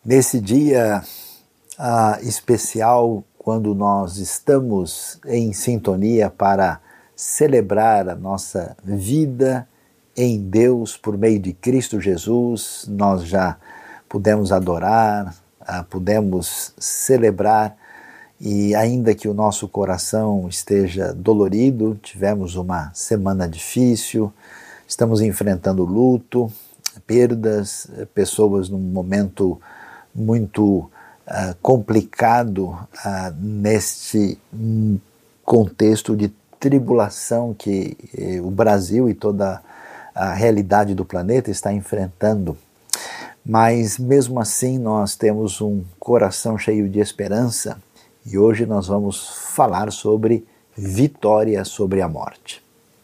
Nesse dia especial, quando nós estamos em sintonia para celebrar a nossa vida em Deus por meio de Cristo Jesus, nós já pudemos adorar, pudemos celebrar, e ainda que o nosso coração esteja dolorido, tivemos uma semana difícil, estamos enfrentando luto, perdas, pessoas num momento muito complicado neste contexto de tribulação que o Brasil e toda a realidade do planeta está enfrentando. Mas mesmo assim nós temos um coração cheio de esperança e hoje nós vamos falar sobre vitória sobre a morte.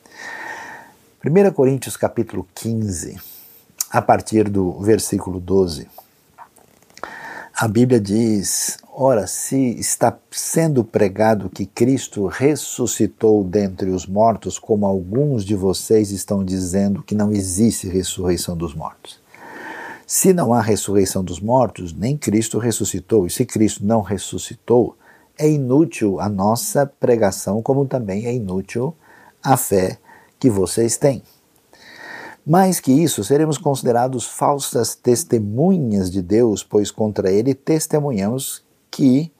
1 Coríntios capítulo 15, a partir do versículo 12. A Bíblia diz: ora, se está sendo pregado que Cristo ressuscitou dentre os mortos, como alguns de vocês estão dizendo que não existe ressurreição dos mortos. Se não há ressurreição dos mortos, nem Cristo ressuscitou. E se Cristo não ressuscitou, é inútil a nossa pregação, como também é inútil a fé que vocês têm. Mais que isso, seremos considerados falsas testemunhas de Deus, pois contra ele testemunhamos que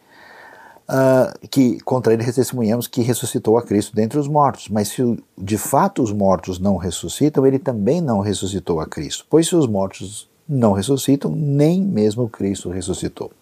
ressuscitou a Cristo dentre os mortos. Mas se de fato os mortos não ressuscitam, ele também não ressuscitou a Cristo. Pois se os mortos não ressuscitam, nem mesmo Cristo ressuscitou.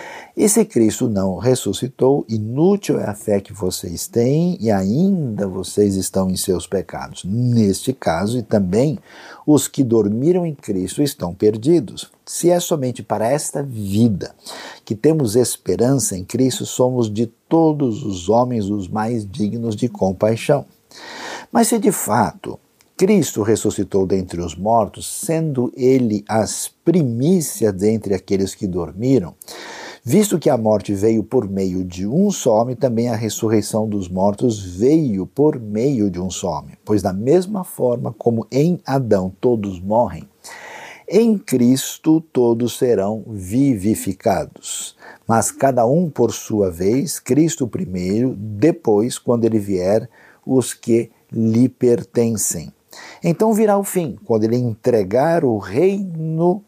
E se Cristo não ressuscitou, inútil é a fé que vocês têm e ainda vocês estão em seus pecados. Neste caso, e também os que dormiram em Cristo estão perdidos. Se é somente para esta vida que temos esperança em Cristo, somos de todos os homens os mais dignos de compaixão. Mas se de fato Cristo ressuscitou dentre os mortos, sendo ele as primícias dentre aqueles que dormiram, visto que a morte veio por meio de um só homem, também a ressurreição dos mortos veio por meio de um só homem. Pois da mesma forma como em Adão todos morrem, em Cristo todos serão vivificados. Mas cada um por sua vez, Cristo primeiro, depois, quando ele vier, os que lhe pertencem. Então virá o fim, quando ele entregar o reino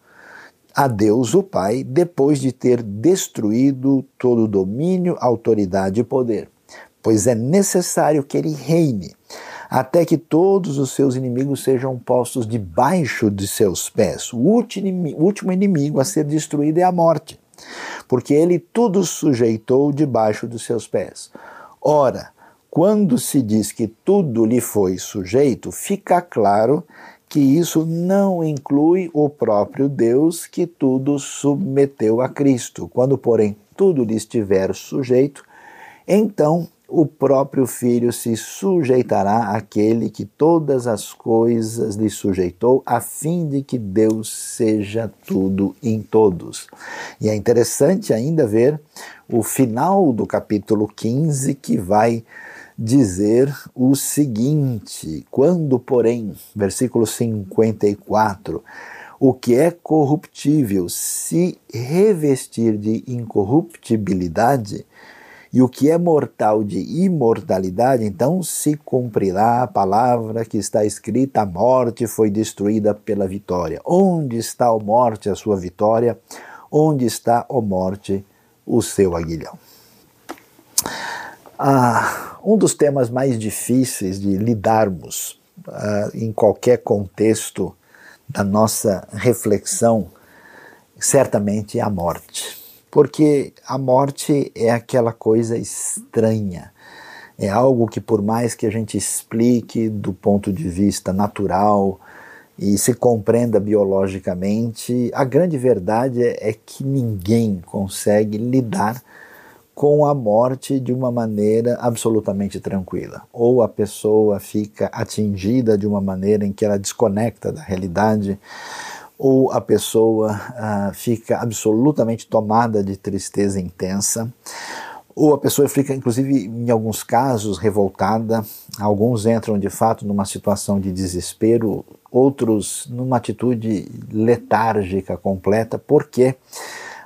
a Deus o Pai, depois de ter destruído todo domínio, autoridade e poder. Pois é necessário que ele reine, até que todos os seus inimigos sejam postos debaixo de seus pés. O último inimigo a ser destruído é a morte, porque ele tudo sujeitou debaixo dos seus pés. Ora, quando se diz que tudo lhe foi sujeito, fica claro que isso não inclui o próprio Deus, que tudo submeteu a Cristo. Quando, porém, tudo lhe estiver sujeito, então o próprio Filho se sujeitará àquele que todas as coisas lhe sujeitou, a fim de que Deus seja tudo em todos. E é interessante ainda ver o final do capítulo 15, que vai dizer o seguinte: quando, porém, versículo 54, o que é corruptível se revestir de incorruptibilidade e o que é mortal de imortalidade, então se cumprirá a palavra que está escrita: a morte foi destruída pela vitória. Onde está, ó morte, a sua vitória? Onde está, ó morte, o seu aguilhão? Um dos temas mais difíceis de lidarmos em qualquer contexto da nossa reflexão certamente é a morte. Porque a morte é aquela coisa estranha, é algo que, por mais que a gente explique do ponto de vista natural e se compreenda biologicamente, a grande verdade é que ninguém consegue lidar com a morte de uma maneira absolutamente tranquila. Ou a pessoa fica atingida de uma maneira em que ela desconecta da realidade, ou a pessoa fica absolutamente tomada de tristeza intensa, ou a pessoa fica, inclusive, em alguns casos, revoltada. Alguns entram, de fato, numa situação de desespero, outros numa atitude letárgica completa, porque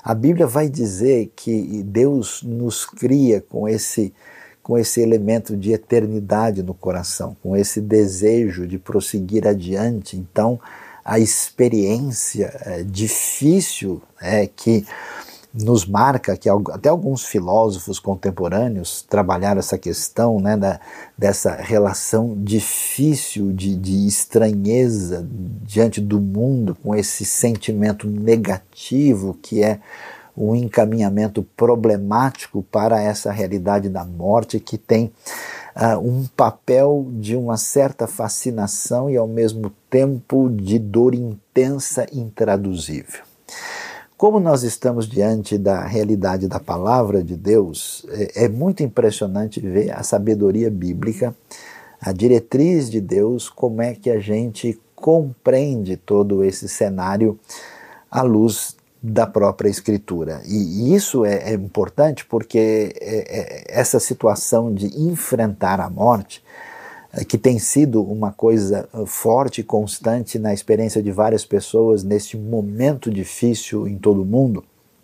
A Bíblia vai dizer que Deus nos cria com esse elemento de eternidade no coração, com esse desejo de prosseguir adiante. Então, a experiência difícil que nos marca, que até alguns filósofos contemporâneos trabalharam essa questão, né, dessa relação difícil de estranheza diante do mundo, com esse sentimento negativo que é um encaminhamento problemático para essa realidade da morte, que tem um papel de uma certa fascinação e ao mesmo tempo de dor intensa intraduzível. Como nós estamos diante da realidade da palavra de Deus, é muito impressionante ver a sabedoria bíblica, a diretriz de Deus, como é que a gente compreende todo esse cenário à luz da própria Escritura. E isso é importante porque essa situação de enfrentar a morte, que tem sido uma coisa forte e constante na experiência de várias pessoas neste momento difícil em todo o mundo,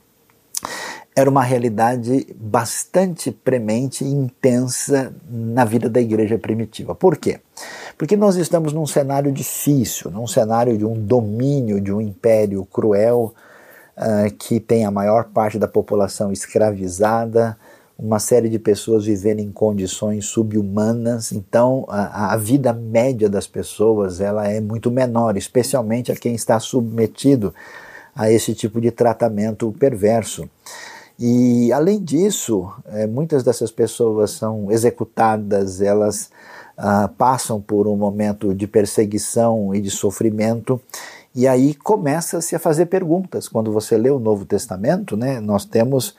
era uma realidade bastante premente e intensa na vida da igreja primitiva. Por quê? Porque nós estamos num cenário difícil, num cenário de um domínio, de um império cruel, que tem a maior parte da população escravizada, uma série de pessoas vivendo em condições subhumanas. Então a vida média das pessoas ela é muito menor, especialmente a quem está submetido a esse tipo de tratamento perverso. E além disso, muitas dessas pessoas são executadas, elas passam por um momento de perseguição e de sofrimento. E aí começa-se a fazer perguntas. Quando você lê o Novo Testamento, né, nós temos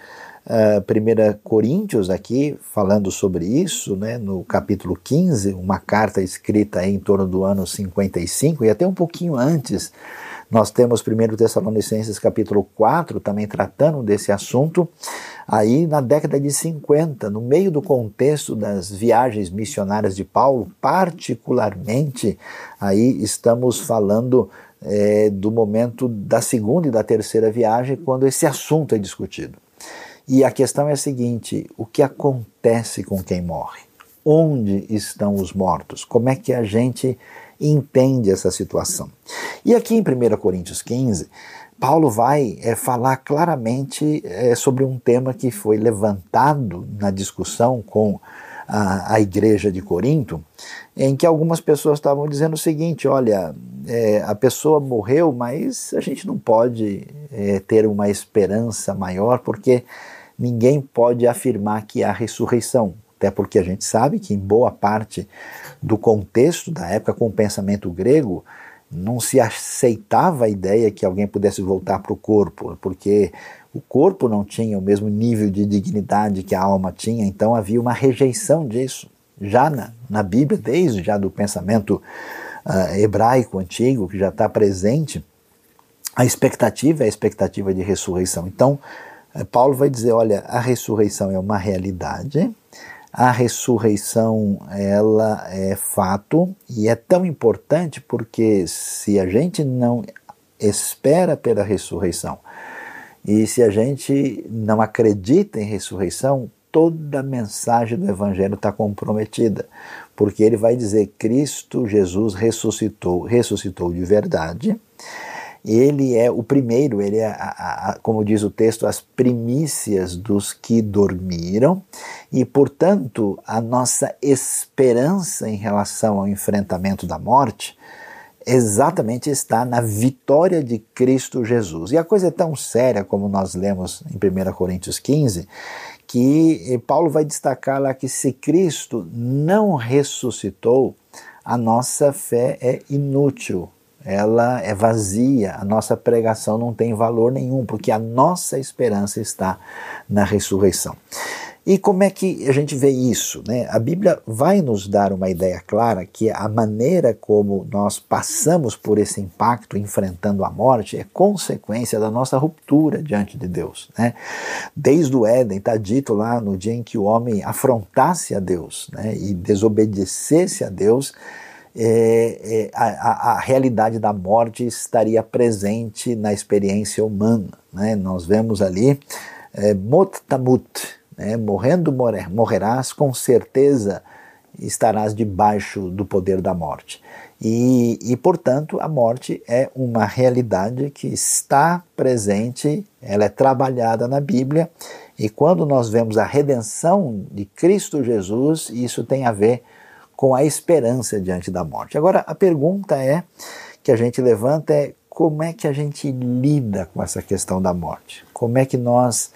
1 Coríntios aqui falando sobre isso, né, no capítulo 15, uma carta escrita em torno do ano 55, e até um pouquinho antes, nós temos 1 Tessalonicenses capítulo 4, também tratando desse assunto, aí na década de 50, no meio do contexto das viagens missionárias de Paulo, particularmente, aí estamos falando do momento da segunda e da terceira viagem, quando esse assunto é discutido. E a questão é a seguinte: o que acontece com quem morre? Onde estão os mortos? Como é que a gente entende essa situação? E aqui em 1 Coríntios 15, Paulo vai falar claramente sobre um tema que foi levantado na discussão com a igreja de Corinto, em que algumas pessoas estavam dizendo o seguinte: olha, a pessoa morreu, mas a gente não pode ter uma esperança maior, porque ninguém pode afirmar que há ressurreição, até porque a gente sabe que em boa parte do contexto da época, com o pensamento grego, não se aceitava a ideia que alguém pudesse voltar para o corpo, porque o corpo não tinha o mesmo nível de dignidade que a alma tinha, então havia uma rejeição disso. Já na Bíblia, desde já do pensamento hebraico antigo, que já está presente, a expectativa é a expectativa de ressurreição. Então, Paulo vai dizer, olha, a ressurreição é uma realidade, a ressurreição ela é fato, e é tão importante porque se a gente não espera pela ressurreição, e se a gente não acredita em ressurreição, toda a mensagem do Evangelho está comprometida, porque ele vai dizer, Cristo Jesus ressuscitou de verdade. Ele é o primeiro, ele é, como diz o texto, as primícias dos que dormiram, e, portanto, a nossa esperança em relação ao enfrentamento da morte exatamente está na vitória de Cristo Jesus. E a coisa é tão séria, como nós lemos em 1 Coríntios 15, que Paulo vai destacar lá que se Cristo não ressuscitou, a nossa fé é inútil. Ela é vazia, a nossa pregação não tem valor nenhum, porque a nossa esperança está na ressurreição. E como é que a gente vê isso, né? A Bíblia vai nos dar uma ideia clara que a maneira como nós passamos por esse impacto enfrentando a morte é consequência da nossa ruptura diante de Deus, né? Desde o Éden, está dito lá, no dia em que o homem afrontasse a Deus, né, e desobedecesse a Deus, a realidade da morte estaria presente na experiência humana, né? Nós vemos ali, mot tamut, né? Morrendo morrerás, com certeza estarás debaixo do poder da morte. E, portanto, a morte é uma realidade que está presente, ela é trabalhada na Bíblia, e quando nós vemos a redenção de Cristo Jesus, isso tem a ver com a esperança diante da morte. Agora, a pergunta que a gente levanta é: como é que a gente lida com essa questão da morte? Como é que nós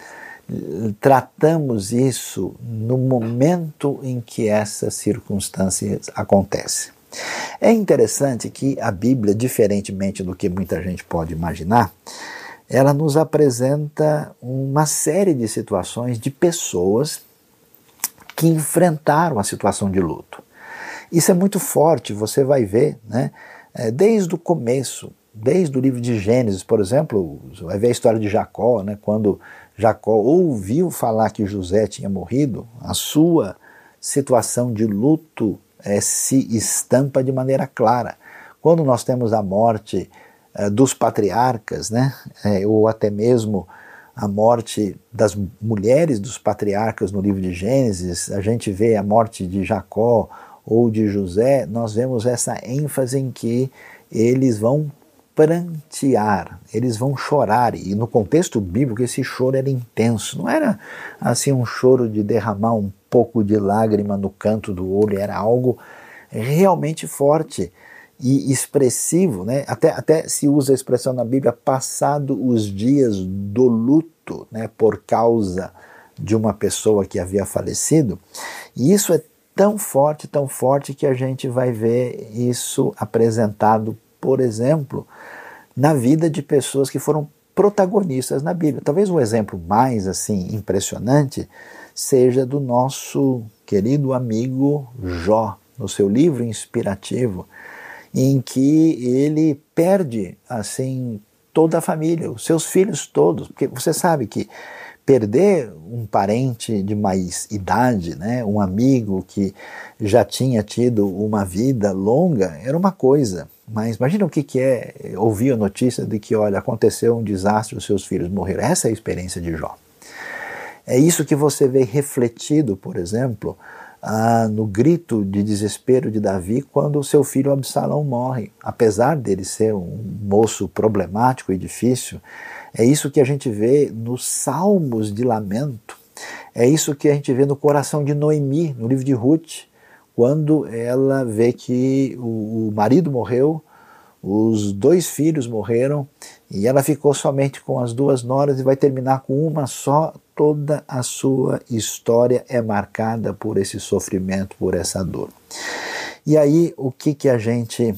tratamos isso no momento em que essas circunstâncias acontecem? É interessante que a Bíblia, diferentemente do que muita gente pode imaginar, ela nos apresenta uma série de situações de pessoas que enfrentaram a situação de luto. Isso é muito forte, você vai ver, né? Desde o começo, desde o livro de Gênesis, por exemplo, você vai ver a história de Jacó, né? Quando Jacó ouviu falar que José tinha morrido, a sua situação de luto se estampa de maneira clara. Quando nós temos a morte dos patriarcas, né? Ou até mesmo a morte das mulheres dos patriarcas no livro de Gênesis, a gente vê a morte de Jacó ou de José, nós vemos essa ênfase em que eles vão prantear, eles vão chorar, e no contexto bíblico esse choro era intenso, não era assim um choro de derramar um pouco de lágrima no canto do olho, era algo realmente forte e expressivo, né? Até se usa a expressão na Bíblia, passado os dias do luto, né, por causa de uma pessoa que havia falecido, e isso é tão forte que a gente vai ver isso apresentado, por exemplo, na vida de pessoas que foram protagonistas na Bíblia. Talvez um exemplo mais assim impressionante seja do nosso querido amigo Jó, no seu livro inspirativo, em que ele perde assim toda a família, os seus filhos todos, porque você sabe que perder um parente de mais idade, né, um amigo que já tinha tido uma vida longa, era uma coisa. Mas imagina o que é ouvir a notícia de que, olha, aconteceu um desastre, os seus filhos morreram. Essa é a experiência de Jó. É isso que você vê refletido, por exemplo, no grito de desespero de Davi quando o seu filho Absalão morre. Apesar dele ser um moço problemático e difícil, é isso que a gente vê nos salmos de lamento, é isso que a gente vê no coração de Noemi, no livro de Ruth, quando ela vê que o marido morreu, os 2 filhos morreram, e ela ficou somente com as 2 noras e vai terminar com uma só. Toda a sua história é marcada por esse sofrimento, por essa dor. E aí, o que a gente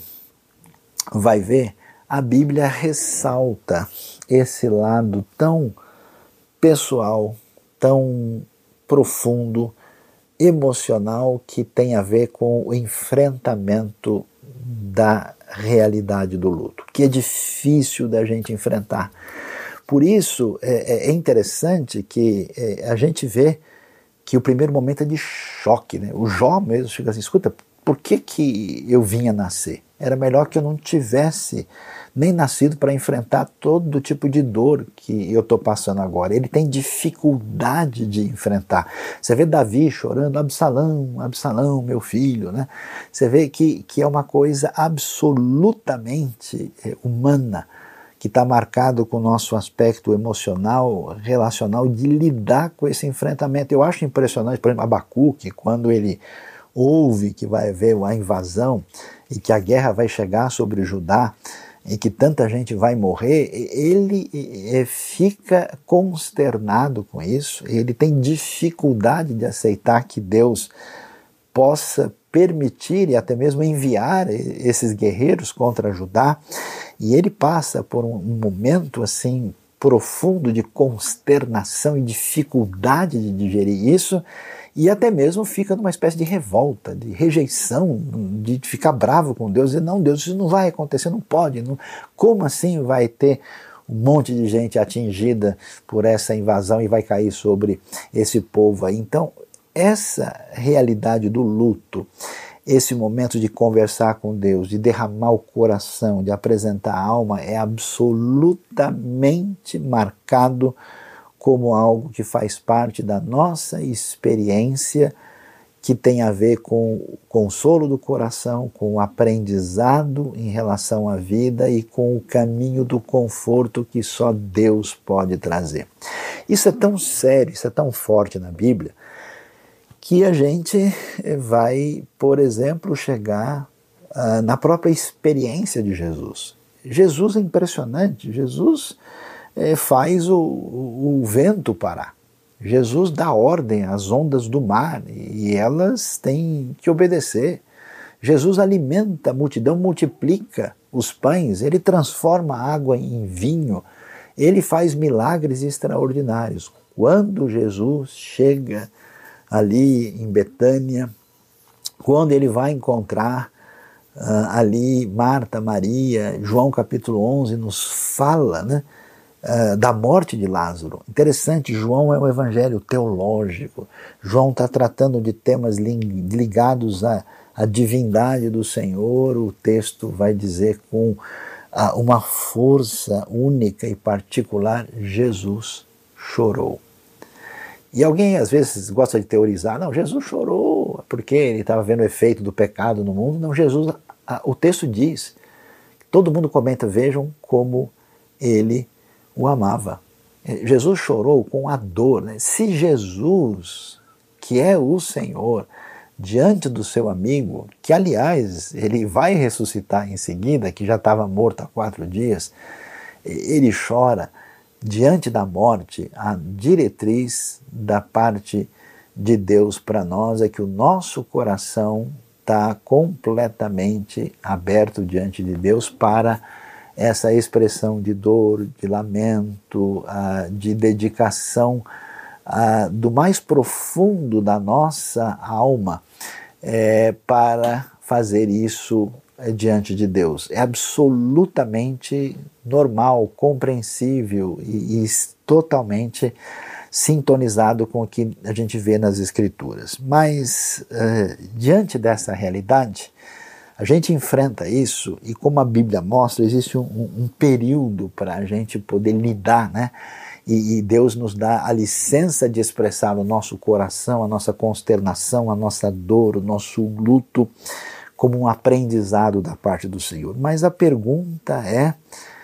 vai ver? A Bíblia ressalta esse lado tão pessoal, tão profundo, emocional, que tem a ver com o enfrentamento da realidade do luto, que é difícil da gente enfrentar. Por isso é interessante que a gente vê que o primeiro momento é de choque, né? O Jó mesmo fica assim: escuta, por que eu vinha nascer? Era melhor que eu não tivesse nem nascido para enfrentar todo tipo de dor que eu estou passando agora. Ele tem dificuldade de enfrentar. Você vê Davi chorando: Absalão, Absalão, meu filho, né? Você vê que é uma coisa absolutamente humana, que está marcado com o nosso aspecto emocional, relacional, de lidar com esse enfrentamento. Eu acho impressionante, por exemplo, Abacuque, quando ele ouve que vai haver a invasão e que a guerra vai chegar sobre Judá e que tanta gente vai morrer, ele fica consternado com isso, ele tem dificuldade de aceitar que Deus possa permitir e até mesmo enviar esses guerreiros contra Judá, e ele passa por um momento assim profundo de consternação e dificuldade de digerir isso, e até mesmo fica numa espécie de revolta, de rejeição, de ficar bravo com Deus, e não, Deus, isso não vai acontecer, não pode, não, como assim vai ter um monte de gente atingida por essa invasão e vai cair sobre esse povo aí? Então, essa realidade do luto, esse momento de conversar com Deus, de derramar o coração, de apresentar a alma, é absolutamente marcado como algo que faz parte da nossa experiência, que tem a ver com o consolo do coração, com o aprendizado em relação à vida e com o caminho do conforto que só Deus pode trazer. Isso é tão sério, isso é tão forte na Bíblia, que a gente vai, por exemplo, chegar na própria experiência de Jesus. Jesus é impressionante, Jesus faz o vento parar. Jesus dá ordem às ondas do mar e elas têm que obedecer. Jesus alimenta a multidão, multiplica os pães, ele transforma a água em vinho, ele faz milagres extraordinários. Quando Jesus chega ali em Betânia, quando ele vai encontrar ali Marta, Maria, João capítulo 11 nos fala, né, da morte de Lázaro. Interessante, João é um evangelho teológico. João está tratando de temas ligados à divindade do Senhor. O texto vai dizer com uma força única e particular: Jesus chorou. E alguém às vezes gosta de teorizar: não, Jesus chorou porque ele estava vendo o efeito do pecado no mundo. Não, Jesus, o texto diz, todo mundo comenta, vejam como ele o amava. Jesus chorou com a dor, né? Se Jesus, que é o Senhor, diante do seu amigo, que aliás ele vai ressuscitar em seguida, que já estava morto há 4 dias, ele chora diante da morte. A diretriz da parte de Deus para nós é que o nosso coração está completamente aberto diante de Deus para essa expressão de dor, de lamento, de dedicação do mais profundo da nossa alma para fazer isso diante de Deus. É absolutamente normal, compreensível e totalmente sintonizado com o que a gente vê nas Escrituras. Mas, diante dessa realidade, a gente enfrenta isso e, como a Bíblia mostra, existe um período para a gente poder lidar, né? E Deus nos dá a licença de expressar o nosso coração, a nossa consternação, a nossa dor, o nosso luto, como um aprendizado da parte do Senhor. Mas a pergunta é: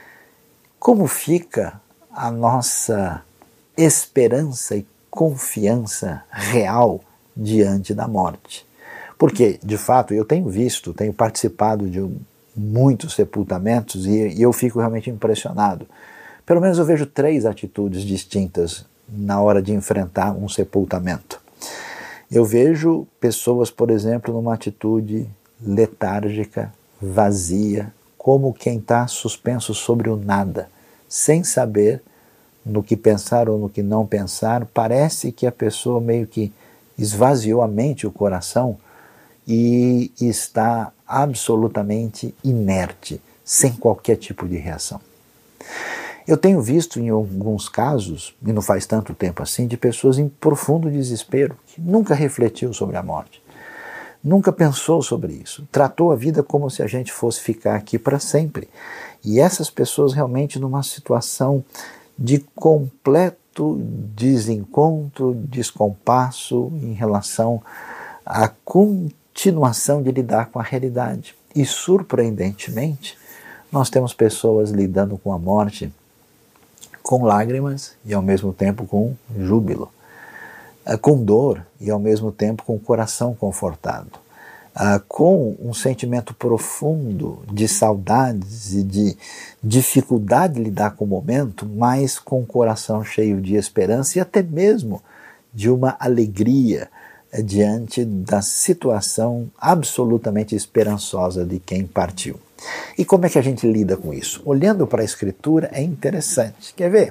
como fica a nossa esperança e confiança real diante da morte? Porque, de fato, eu tenho participado de muitos sepultamentos e eu fico realmente impressionado. Pelo menos eu vejo 3 atitudes distintas na hora de enfrentar um sepultamento. Eu vejo pessoas, por exemplo, numa atitude letárgica, vazia, como quem está suspenso sobre o nada, sem saber no que pensar ou no que não pensar. Parece que a pessoa meio que esvaziou a mente e o coração e está absolutamente inerte, sem qualquer tipo de reação. Eu tenho visto em alguns casos, e não faz tanto tempo assim, de pessoas em profundo desespero, que nunca refletiu sobre a morte, nunca pensou sobre isso, tratou a vida como se a gente fosse ficar aqui para sempre. E essas pessoas realmente numa situação de completo desencontro, descompasso em relação à continuação de lidar com a realidade. E, surpreendentemente, nós temos pessoas lidando com a morte com lágrimas e ao mesmo tempo com júbilo, com dor e ao mesmo tempo com o coração confortado, com um sentimento profundo de saudades e de dificuldade de lidar com o momento, mas com o coração cheio de esperança e até mesmo de uma alegria diante da situação absolutamente esperançosa de quem partiu. E como é que a gente lida com isso? Olhando para a Escritura é interessante. Quer ver?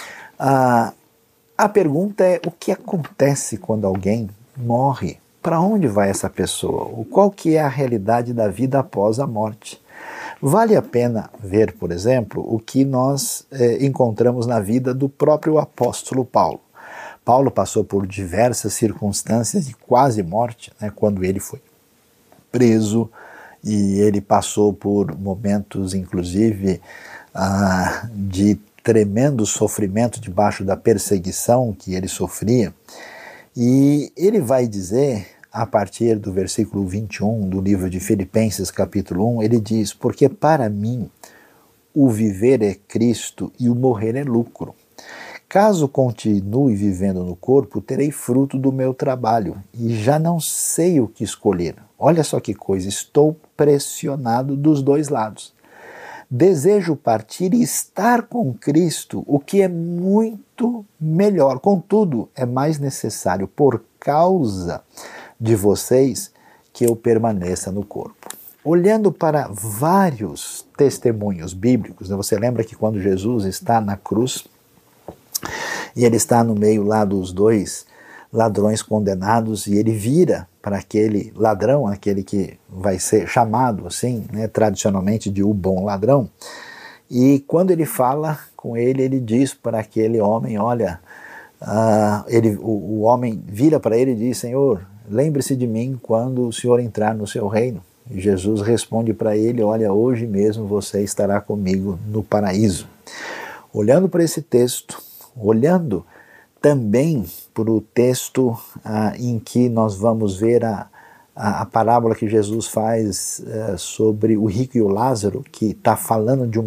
A pergunta é: o que acontece quando alguém morre? Para onde vai essa pessoa? Qual que é a realidade da vida após a morte? Vale a pena ver, por exemplo, o que nós encontramos na vida do próprio apóstolo Paulo. Paulo passou por diversas circunstâncias de quase morte, né, quando ele foi preso, e ele passou por momentos, inclusive, de tremendo sofrimento debaixo da perseguição que ele sofria. E ele vai dizer, a partir do versículo 21 do livro de Filipenses, capítulo 1, ele diz: porque para mim o viver é Cristo e o morrer é lucro. Caso continue vivendo no corpo, terei fruto do meu trabalho e já não sei o que escolher. Olha só que coisa, estou pressionado dos dois lados. Desejo partir e estar com Cristo, o que é muito melhor. Contudo, é mais necessário, por causa de vocês, que eu permaneça no corpo. Olhando para vários testemunhos bíblicos, você lembra que quando Jesus está na cruz, e ele está no meio lá dos dois ladrões condenados, e ele vira para aquele ladrão, aquele que vai ser chamado assim, né, tradicionalmente de o bom ladrão, e quando ele fala com ele, ele diz para aquele homem, olha, o homem vira para ele e diz: Senhor, lembre-se de mim quando o Senhor entrar no seu reino. E Jesus responde para ele: olha, hoje mesmo você estará comigo no paraíso. Olhando para esse texto, olhando também para o texto em que nós vamos ver a parábola que Jesus faz sobre o rico e o Lázaro, que está falando de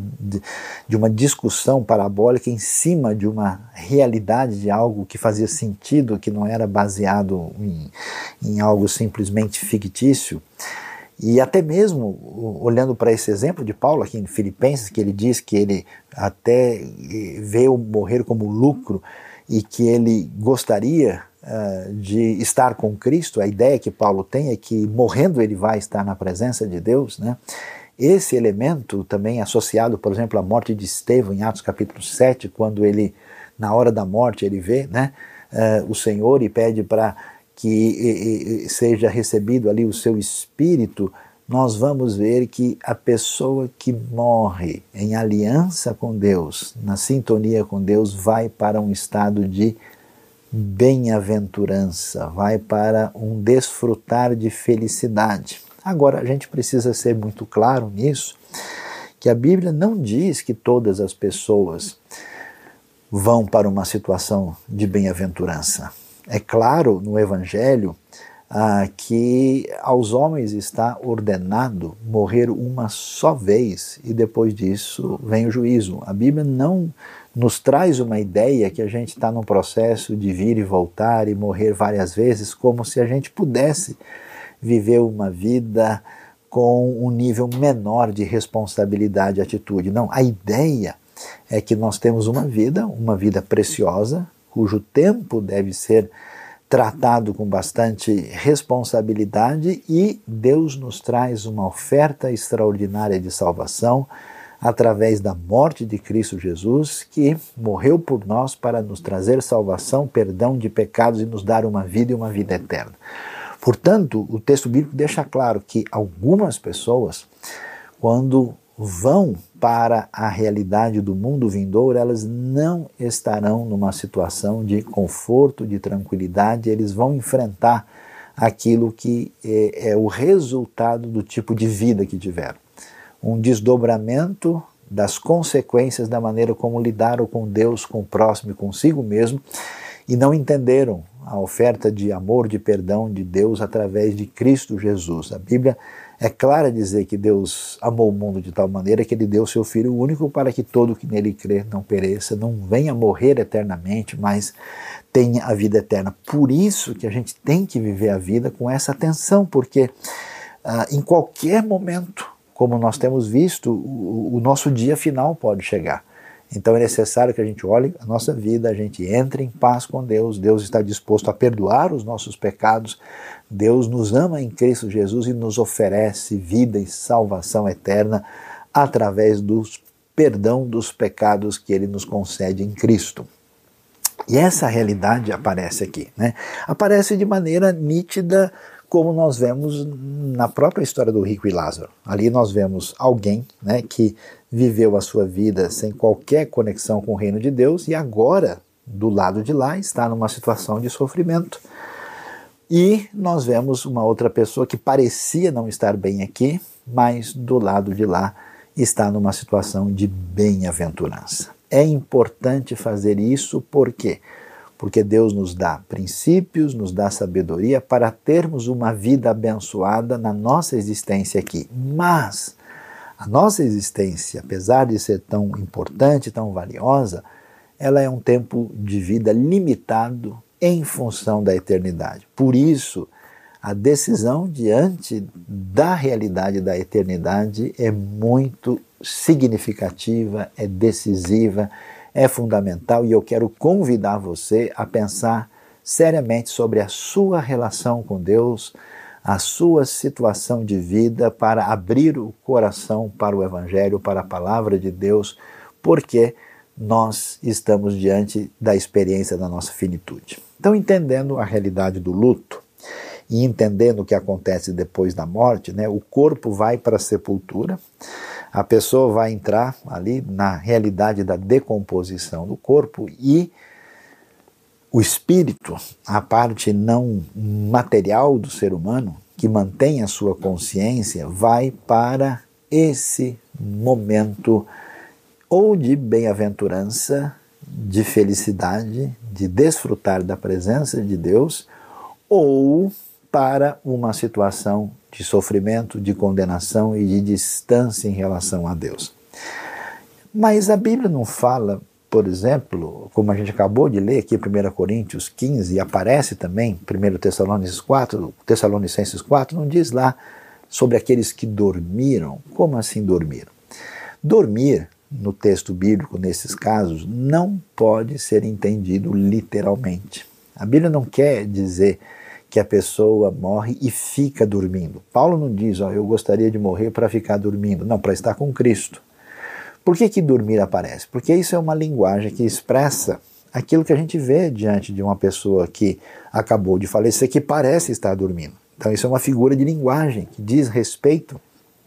uma discussão parabólica em cima de uma realidade, de algo que fazia sentido, que não era baseado em algo simplesmente fictício. E até mesmo, olhando para esse exemplo de Paulo aqui em Filipenses, que ele diz que ele até vê o morrer como lucro e que ele gostaria de estar com Cristo, a ideia que Paulo tem é que morrendo ele vai estar na presença de Deus, né? Esse elemento também associado, por exemplo, à morte de Estevão em Atos capítulo 7, quando ele, na hora da morte, ele vê, né, o Senhor e pede para que seja recebido ali o seu espírito. Nós vamos ver que a pessoa que morre em aliança com Deus, na sintonia com Deus, vai para um estado de bem-aventurança, vai para um desfrutar de felicidade. Agora, a gente precisa ser muito claro nisso, que a Bíblia não diz que todas as pessoas vão para uma situação de bem-aventurança. É claro no Evangelho que aos homens está ordenado morrer uma só vez e depois disso vem o juízo. A Bíblia não nos traz uma ideia que a gente está num processo de vir e voltar e morrer várias vezes, como se a gente pudesse viver uma vida com um nível menor de responsabilidade e atitude. Não, a ideia é que nós temos uma vida preciosa, cujo tempo deve ser tratado com bastante responsabilidade, e Deus nos traz uma oferta extraordinária de salvação através da morte de Cristo Jesus, que morreu por nós para nos trazer salvação, perdão de pecados e nos dar uma vida e uma vida eterna. Portanto, o texto bíblico deixa claro que algumas pessoas, quando vão para a realidade do mundo vindouro, elas não estarão numa situação de conforto, de tranquilidade, eles vão enfrentar aquilo que é o resultado do tipo de vida que tiveram. Um desdobramento das consequências da maneira como lidaram com Deus, com o próximo e consigo mesmo, e não entenderam a oferta de amor, de perdão de Deus através de Cristo Jesus. A Bíblia é clara a dizer que Deus amou o mundo de tal maneira que ele deu seu Filho único para que todo que nele crê não pereça, não venha morrer eternamente, mas tenha a vida eterna. Por isso que a gente tem que viver a vida com essa atenção, porque em qualquer momento, como nós temos visto, o nosso dia final pode chegar. Então é necessário que a gente olhe a nossa vida, a gente entre em paz com Deus. Deus está disposto a perdoar os nossos pecados. Deus nos ama em Cristo Jesus e nos oferece vida e salvação eterna através do perdão dos pecados que Ele nos concede em Cristo. E essa realidade aparece aqui, né? Aparece de maneira nítida, como nós vemos na própria história do rico e Lázaro. Ali nós vemos alguém, né, que viveu a sua vida sem qualquer conexão com o reino de Deus e agora, do lado de lá, está numa situação de sofrimento. E nós vemos uma outra pessoa que parecia não estar bem aqui, mas do lado de lá está numa situação de bem-aventurança. É importante fazer isso por quê? Porque Deus nos dá princípios, nos dá sabedoria para termos uma vida abençoada na nossa existência aqui. Mas a nossa existência, apesar de ser tão importante, tão valiosa, ela é um tempo de vida limitado em função da eternidade. Por isso, a decisão diante da realidade da eternidade é muito significativa, é decisiva, é fundamental, e eu quero convidar você a pensar seriamente sobre a sua relação com Deus, a sua situação de vida, para abrir o coração para o Evangelho, para a Palavra de Deus, porque nós estamos diante da experiência da nossa finitude. Então, entendendo a realidade do luto e entendendo o que acontece depois da morte, né, o corpo vai para a sepultura, a pessoa vai entrar ali na realidade da decomposição do corpo e o espírito, a parte não material do ser humano, que mantém a sua consciência, vai para esse momento ou de bem-aventurança, de felicidade, de desfrutar da presença de Deus, ou para uma situação de sofrimento, de condenação e de distância em relação a Deus. Mas a Bíblia não fala, por exemplo, como a gente acabou de ler aqui, 1 Coríntios 15, e aparece também 1 Tessalonicenses 4, não diz lá sobre aqueles que dormiram. Como assim dormiram? Dormir, no texto bíblico, nesses casos, não pode ser entendido literalmente. A Bíblia não quer dizer que a pessoa morre e fica dormindo. Paulo não diz, eu gostaria de morrer para ficar dormindo. Não, para estar com Cristo. Por que dormir aparece? Porque isso é uma linguagem que expressa aquilo que a gente vê diante de uma pessoa que acabou de falecer, que parece estar dormindo. Então isso é uma figura de linguagem que diz respeito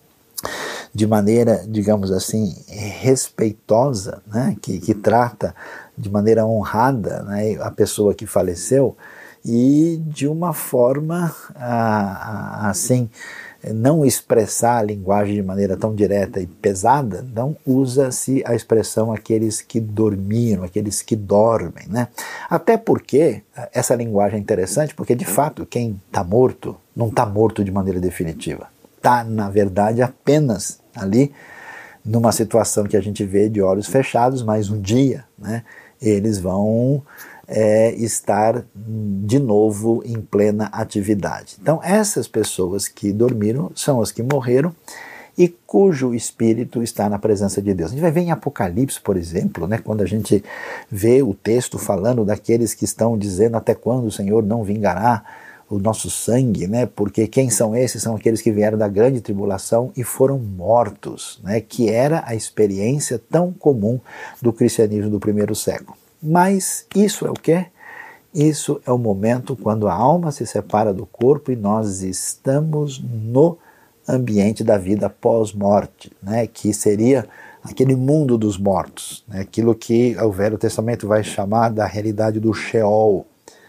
de maneira, digamos assim, respeitosa, né? que trata de maneira honrada, né, a pessoa que faleceu, e de uma forma assim, não expressar a linguagem de maneira tão direta e pesada, não usa-se a expressão aqueles que dormiram, aqueles que dormem, né? Até porque essa linguagem é interessante, porque de fato quem está morto não está morto de maneira definitiva. Está, na verdade, apenas ali numa situação que a gente vê de olhos fechados, mas um dia, né, eles vão estar de novo em plena atividade. Então essas pessoas que dormiram são as que morreram e cujo espírito está na presença de Deus. A gente vai ver em Apocalipse, por exemplo, né, quando a gente vê o texto falando daqueles que estão dizendo até quando o Senhor não vingará o nosso sangue, né, porque quem são esses? São aqueles que vieram da grande tribulação e foram mortos, né, que era a experiência tão comum do cristianismo do primeiro século. Mas isso é o quê? Isso é o momento quando a alma se separa do corpo e nós estamos no ambiente da vida pós-morte, né? Que seria aquele mundo dos mortos, né? Aquilo que o Velho Testamento vai chamar da realidade do Sheol,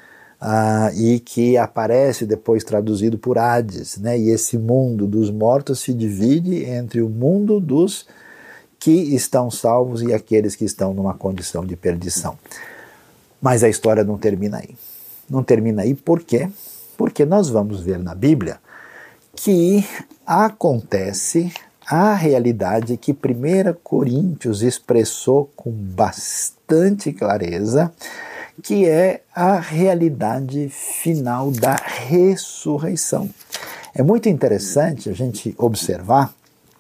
e que aparece depois traduzido por Hades, né? E esse mundo dos mortos se divide entre o mundo dos que estão salvos e aqueles que estão numa condição de perdição. Mas a história não termina aí. Não termina aí por quê? Porque nós vamos ver na Bíblia que acontece a realidade que 1 Coríntios expressou com bastante clareza, que é a realidade final da ressurreição. É muito interessante a gente observar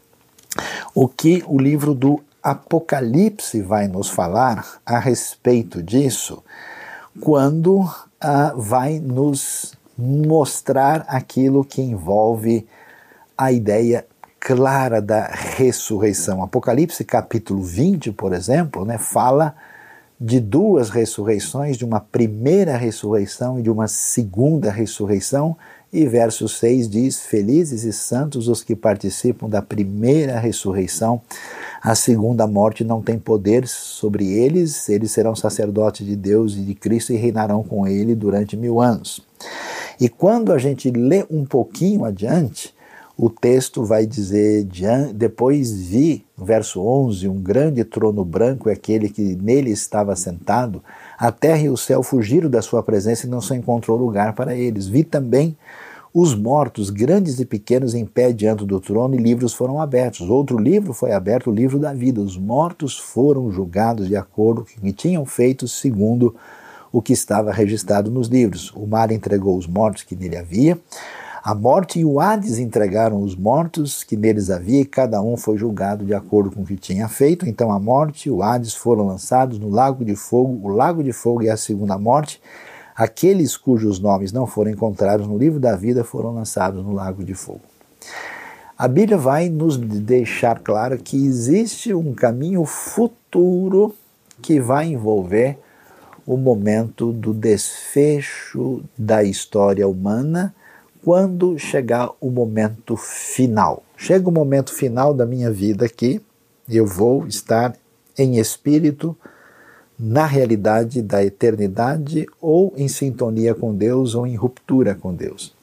o que o livro do Apocalipse vai nos falar a respeito disso, quando vai nos mostrar aquilo que envolve a ideia clara da ressurreição. Apocalipse capítulo 20, por exemplo, né, fala de duas ressurreições, de uma primeira ressurreição e de uma segunda ressurreição, e verso 6 diz, felizes e santos os que participam da primeira ressurreição, a segunda morte não tem poder sobre eles, eles serão sacerdotes de Deus e de Cristo e reinarão com ele durante 1000 anos. E quando a gente lê um pouquinho adiante, o texto vai dizer, depois vi, no verso 11, um grande trono branco e aquele que nele estava sentado, a terra e o céu fugiram da sua presença e não se encontrou lugar para eles. Vi também os mortos, grandes e pequenos, em pé diante do trono, e livros foram abertos. Outro livro foi aberto, o livro da vida. Os mortos foram julgados de acordo com o que tinham feito, segundo o que estava registrado nos livros. O mar entregou os mortos que nele havia. A morte e o Hades entregaram os mortos que neles havia, e cada um foi julgado de acordo com o que tinha feito. Então a morte e o Hades foram lançados no lago de fogo. O lago de fogo é a segunda morte. Aqueles cujos nomes não foram encontrados no livro da vida foram lançados no lago de fogo. A Bíblia vai nos deixar claro que existe um caminho futuro que vai envolver o momento do desfecho da história humana, quando chegar o momento final. Chega o momento final da minha vida aqui, eu vou estar em espírito, na realidade da eternidade, ou em sintonia com Deus, ou em ruptura com Deus.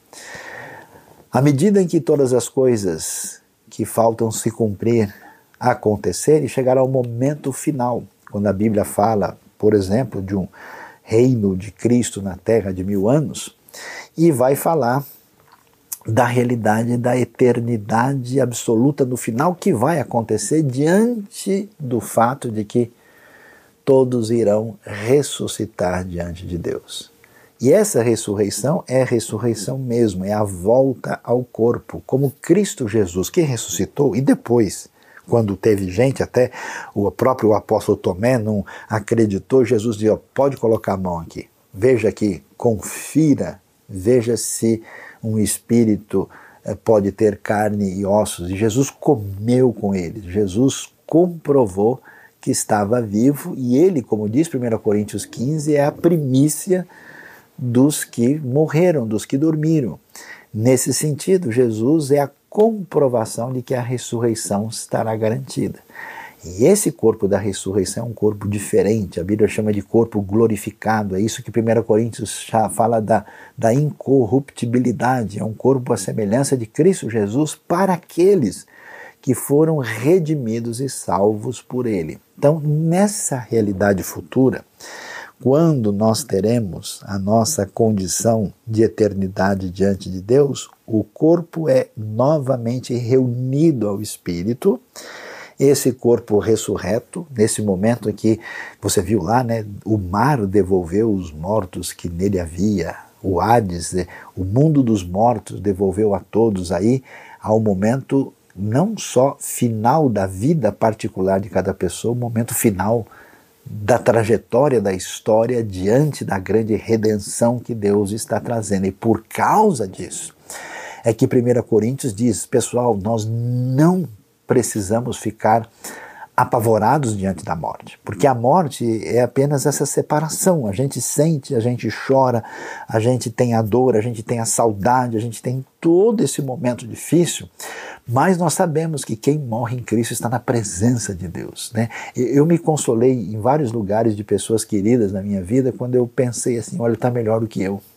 À medida em que todas as coisas que faltam se cumprir acontecerem, chegará o momento final, quando a Bíblia fala, por exemplo, de um reino de Cristo na terra de 1000 anos, e vai falar da realidade da eternidade absoluta no final, que vai acontecer diante do fato de que todos irão ressuscitar diante de Deus. E essa ressurreição é a ressurreição mesmo, é a volta ao corpo, como Cristo Jesus, que ressuscitou, e depois, quando teve gente, até o próprio apóstolo Tomé não acreditou, Jesus disse, pode colocar a mão aqui, veja aqui, confira, veja se um espírito pode ter carne e ossos. E Jesus comeu com eles, Jesus comprovou que estava vivo, e ele, como diz 1 Coríntios 15, é a primícia dos que morreram, dos que dormiram. Nesse sentido, Jesus é a comprovação de que a ressurreição estará garantida. E esse corpo da ressurreição é um corpo diferente, a Bíblia chama de corpo glorificado, é isso que 1 Coríntios fala da incorruptibilidade, é um corpo à semelhança de Cristo Jesus para aqueles que foram redimidos e salvos por Ele. Então, nessa realidade futura, quando nós teremos a nossa condição de eternidade diante de Deus, o corpo é novamente reunido ao Espírito. Esse corpo ressurreto, nesse momento em que você viu lá, né, o mar devolveu os mortos que nele havia, o Hades, o mundo dos mortos devolveu a todos aí, ao momento não só final da vida particular de cada pessoa, o momento final da trajetória da história diante da grande redenção que Deus está trazendo. E por causa disso, é que 1 Coríntios diz, pessoal, nós não precisamos ficar apavorados diante da morte, porque a morte é apenas essa separação, a gente sente, a gente chora, a gente tem a dor, a gente tem a saudade, a gente tem todo esse momento difícil, mas nós sabemos que quem morre em Cristo está na presença de Deus, né? Eu me consolei em vários lugares de pessoas queridas na minha vida quando eu pensei assim, olha, está melhor do que eu.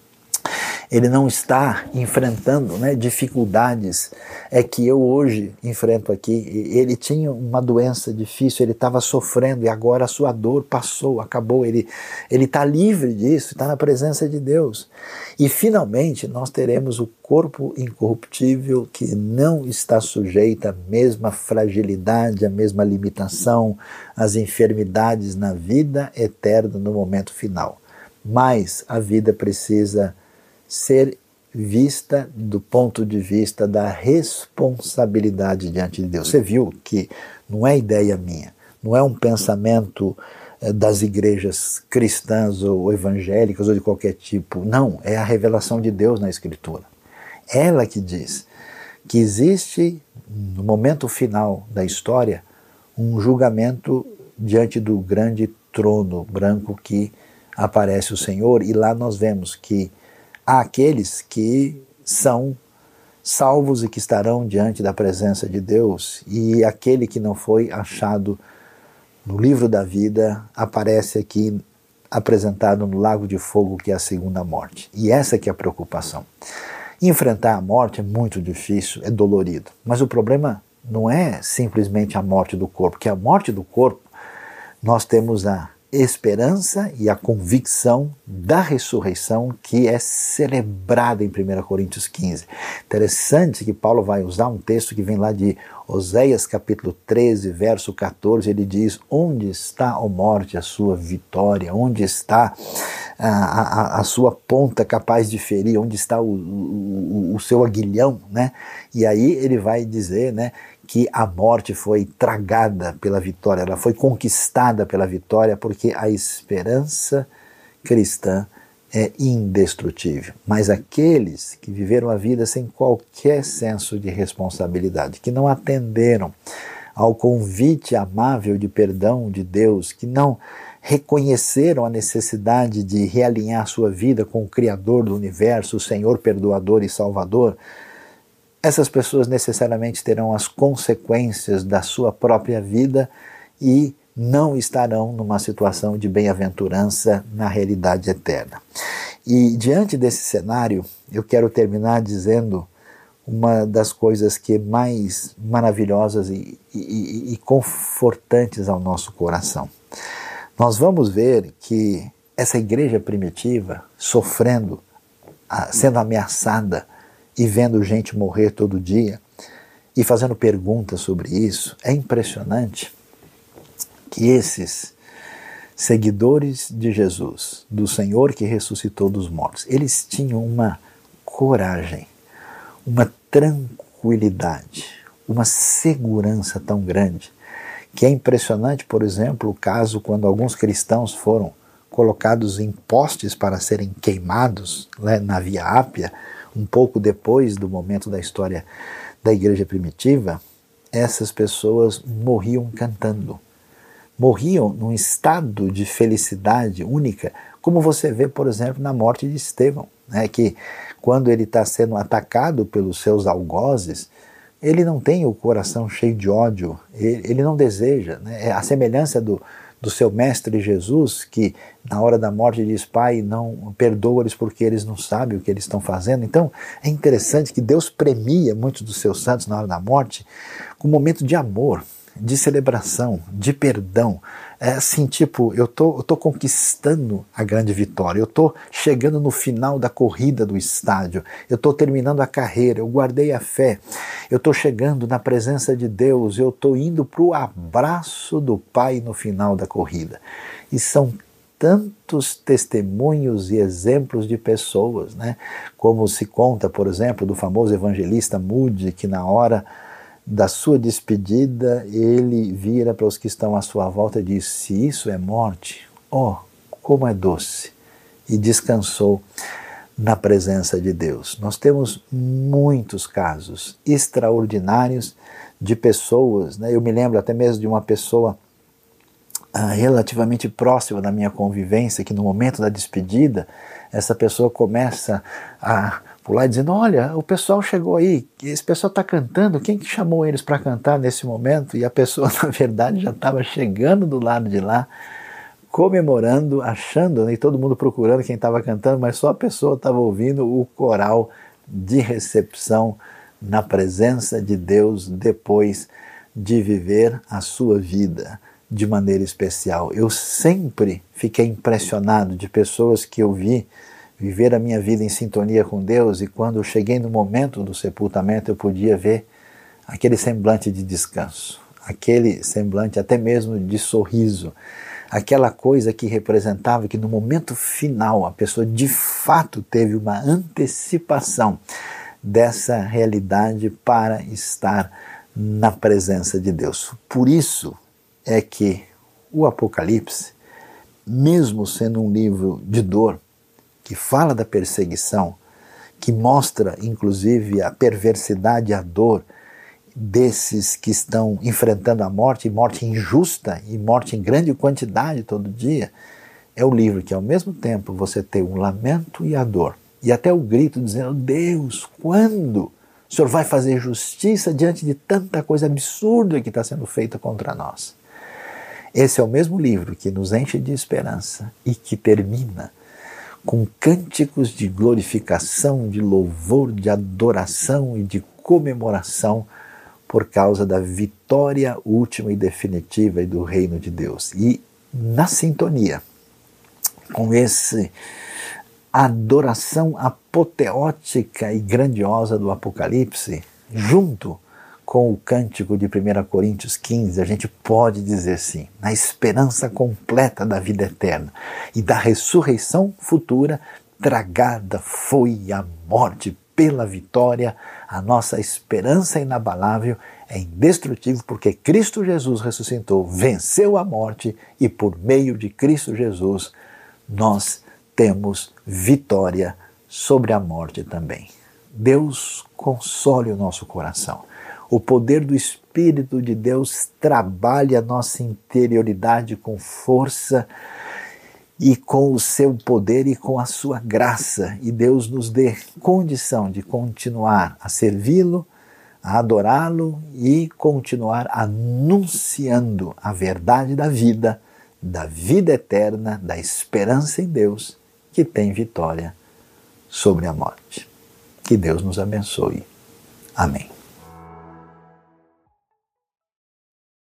Ele não está enfrentando, né, dificuldades que eu hoje enfrento aqui. Ele tinha uma doença difícil, ele estava sofrendo e agora a sua dor passou, acabou. Ele está livre disso, está na presença de Deus. E finalmente nós teremos o corpo incorruptível que não está sujeito à mesma fragilidade, à mesma limitação, às enfermidades na vida eterna no momento final. Mas a vida precisa ser vista do ponto de vista da responsabilidade diante de Deus. Você viu que não é ideia minha, não é um pensamento das igrejas cristãs ou evangélicas ou de qualquer tipo. Não, é a revelação de Deus na Escritura. Ela que diz que existe, no momento final da história, um julgamento diante do grande trono branco que aparece o Senhor, e lá nós vemos que há aqueles que são salvos e que estarão diante da presença de Deus, e aquele que não foi achado no livro da vida aparece aqui apresentado no lago de fogo, que é a segunda morte. E essa que é a preocupação. Enfrentar a morte é muito difícil, é dolorido. Mas o problema não é simplesmente a morte do corpo, porque a morte do corpo nós temos a esperança e a convicção da ressurreição que é celebrada em 1 Coríntios 15. Interessante que Paulo vai usar um texto que vem lá de Oséias capítulo 13, verso 14, ele diz: onde está, ó morte, a sua vitória? Onde está a sua ponta capaz de ferir? Onde está o seu aguilhão? Né? E aí ele vai dizer, né, que a morte foi tragada pela vitória, ela foi conquistada pela vitória, porque a esperança cristã é indestrutível. Mas aqueles que viveram a vida sem qualquer senso de responsabilidade, que não atenderam ao convite amável de perdão de Deus, que não reconheceram a necessidade de realinhar sua vida com o Criador do universo, o Senhor perdoador e salvador, essas pessoas necessariamente terão as consequências da sua própria vida e não estarão numa situação de bem-aventurança na realidade eterna. E diante desse cenário, eu quero terminar dizendo uma das coisas que mais maravilhosas e confortantes ao nosso coração. Nós vamos ver que essa igreja primitiva, sofrendo, sendo ameaçada, e vendo gente morrer todo dia e fazendo perguntas sobre isso, é impressionante que esses seguidores de Jesus, do Senhor que ressuscitou dos mortos, eles tinham uma coragem, uma tranquilidade, uma segurança tão grande, que é impressionante, por exemplo, o caso quando alguns cristãos foram colocados em postes para serem queimados, né, na Via Ápia, um pouco depois do momento da história da igreja primitiva. Essas pessoas morriam cantando, morriam num estado de felicidade única, como você vê, por exemplo, na morte de Estevão, né, que quando ele está sendo atacado pelos seus algozes, ele não tem o coração cheio de ódio, ele não deseja, né, a semelhança do seu mestre Jesus, que na hora da morte diz: Pai, não perdoa-lhes porque eles não sabem o que eles estão fazendo. Então é interessante que Deus premia muitos dos seus santos na hora da morte com um momento de amor, de celebração, de perdão. É assim, tipo, eu tô conquistando a grande vitória, eu tô chegando no final da corrida do estádio, eu tô terminando a carreira, eu guardei a fé, eu tô chegando na presença de Deus, eu tô indo pro abraço do Pai no final da corrida. E são tantos testemunhos e exemplos de pessoas, né? Como se conta, por exemplo, do famoso evangelista Moody, que na hora da sua despedida, ele vira para os que estão à sua volta e diz: se isso é morte, oh, como é doce! E descansou na presença de Deus. Nós temos muitos casos extraordinários de pessoas, né? Eu me lembro até mesmo de uma pessoa relativamente próxima da minha convivência, que no momento da despedida, essa pessoa começa a pular dizendo: olha, o pessoal chegou aí, esse pessoal está cantando, quem que chamou eles para cantar nesse momento? E a pessoa, na verdade, já estava chegando do lado de lá, comemorando, achando, né, e todo mundo procurando quem estava cantando, mas só a pessoa estava ouvindo o coral de recepção na presença de Deus depois de viver a sua vida de maneira especial. Eu sempre fiquei impressionado de pessoas que eu vi viver a minha vida em sintonia com Deus, e quando eu cheguei no momento do sepultamento eu podia ver aquele semblante de descanso, aquele semblante até mesmo de sorriso, aquela coisa que representava que no momento final a pessoa de fato teve uma antecipação dessa realidade para estar na presença de Deus. Por isso é que o Apocalipse, mesmo sendo um livro de dor, que fala da perseguição, que mostra inclusive a perversidade e a dor desses que estão enfrentando a morte, e morte injusta, e morte em grande quantidade todo dia, é o livro que ao mesmo tempo você tem o lamento e a dor, e até o grito dizendo: Deus, quando o Senhor vai fazer justiça diante de tanta coisa absurda que está sendo feita contra nós? Esse é o mesmo livro que nos enche de esperança e que termina com cânticos de glorificação, de louvor, de adoração e de comemoração por causa da vitória última e definitiva do reino de Deus. E na sintonia com essa adoração apoteótica e grandiosa do Apocalipse, junto com o cântico de 1 Coríntios 15, a gente pode dizer assim, na esperança completa da vida eterna e da ressurreição futura, tragada foi a morte pela vitória, a nossa esperança inabalável é indestrutível porque Cristo Jesus ressuscitou, venceu a morte e por meio de Cristo Jesus nós temos vitória sobre a morte também. Deus console o nosso coração. O poder do Espírito de Deus trabalha a nossa interioridade com força e com o seu poder e com a sua graça. E Deus nos dê condição de continuar a servi-lo, a adorá-lo e continuar anunciando a verdade da vida eterna, da esperança em Deus, que tem vitória sobre a morte. Que Deus nos abençoe. Amém.